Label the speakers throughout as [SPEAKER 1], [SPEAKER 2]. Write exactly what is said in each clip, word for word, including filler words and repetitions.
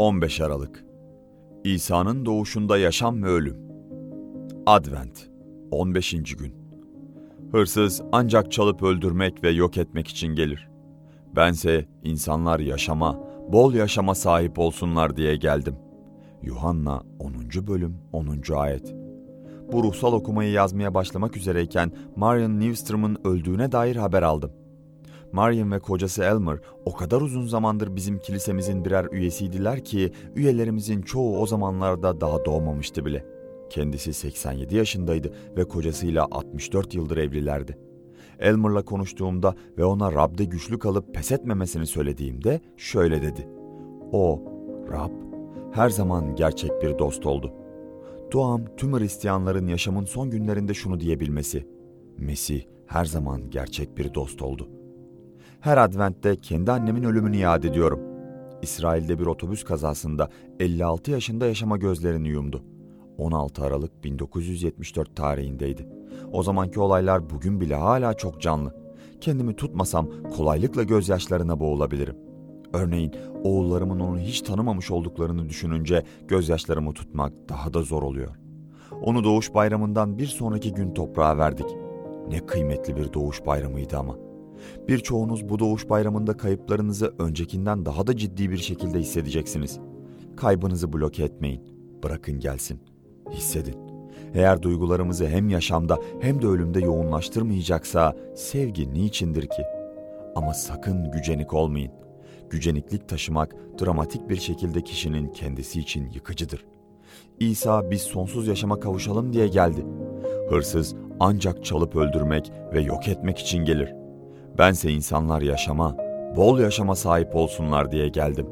[SPEAKER 1] on beş Aralık İsa'nın doğuşunda yaşam ve ölüm. Advent on beşinci gün. Hırsız ancak çalıp öldürmek ve yok etmek için gelir. Bense insanlar yaşama, bol yaşama sahip olsunlar diye geldim. Yuhanna onuncu bölüm onuncu ayet. Bu ruhsal okumayı yazmaya başlamak üzereyken Marion Newstrom'un öldüğüne dair haber aldım. Marion ve kocası Elmer o kadar uzun zamandır bizim kilisemizin birer üyesiydiler ki üyelerimizin çoğu o zamanlarda daha doğmamıştı bile. Kendisi seksen yedi yaşındaydı ve kocasıyla altmış dört yıldır evlilerdi. Elmer'la konuştuğumda ve ona Rab'de güçlü kalıp pes etmemesini söylediğimde şöyle dedi. O, Rab, her zaman gerçek bir dost oldu. Duam tüm Hristiyanların yaşamın son günlerinde şunu diyebilmesi. Mesih her zaman gerçek bir dost oldu. Her adventte kendi annemin ölümünü yad ediyorum. İsrail'de bir otobüs kazasında elli altı yaşında yaşama gözlerini yumdu. on altı Aralık bin dokuz yüz yetmiş dört tarihindeydi. O zamanki olaylar bugün bile hala çok canlı. Kendimi tutmasam kolaylıkla gözyaşlarına boğulabilirim. Örneğin oğullarımın onu hiç tanımamış olduklarını düşününce gözyaşlarımı tutmak daha da zor oluyor. Onu doğuş bayramından bir sonraki gün toprağa verdik. Ne kıymetli bir doğuş bayramıydı ama. Birçoğunuz bu doğuş bayramında kayıplarınızı öncekinden daha da ciddi bir şekilde hissedeceksiniz. Kaybınızı bloke etmeyin. Bırakın gelsin. Hissedin. Eğer duygularımızı hem yaşamda hem de ölümde yoğunlaştırmayacaksa sevgi niçindir ki? Ama sakın gücenik olmayın. Güceniklik taşımak dramatik bir şekilde kişinin kendisi için yıkıcıdır. İsa biz sonsuz yaşama kavuşalım diye geldi. Hırsız ancak çalıp öldürmek ve yok etmek için gelir. Bense insanlar yaşama, bol yaşama sahip olsunlar diye geldim.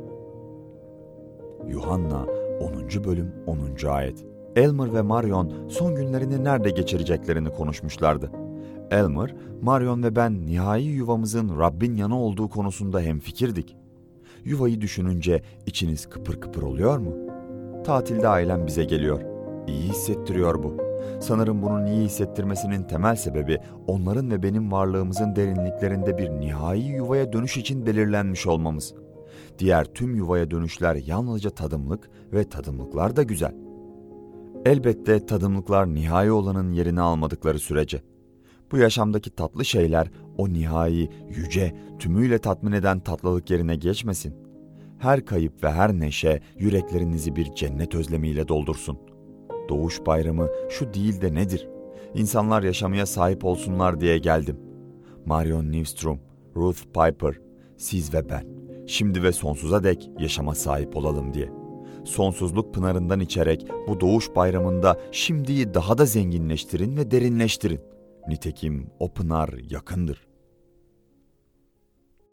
[SPEAKER 1] Yuhanna onuncu bölüm onuncu ayet. Elmer ve Marion son günlerini nerede geçireceklerini konuşmuşlardı. Elmer, Marion ve ben nihai yuvamızın Rabbin yanı olduğu konusunda hemfikirdik. Yuvayı düşününce içiniz kıpır kıpır oluyor mu? Tatilde ailem bize geliyor. İyi hissettiriyor bu. Sanırım bunun iyi hissettirmesinin temel sebebi onların ve benim varlığımızın derinliklerinde bir nihai yuvaya dönüş için belirlenmiş olmamız. Diğer tüm yuvaya dönüşler yalnızca tadımlık ve tadımlıklar da güzel. Elbette tadımlıklar nihai olanın yerini almadıkları sürece. Bu yaşamdaki tatlı şeyler o nihai, yüce, tümüyle tatmin eden tatlılık yerine geçmesin. Her kayıp ve her neşe yüreklerinizi bir cennet özlemiyle doldursun. Doğuş bayramı şu değil de nedir? İnsanlar yaşamaya sahip olsunlar diye geldim. Marion Newstrom, Ruth Piper, siz ve ben. Şimdi ve sonsuza dek yaşama sahip olalım diye. Sonsuzluk pınarından içerek bu doğuş bayramında şimdiyi daha da zenginleştirin ve derinleştirin. Nitekim o pınar yakındır.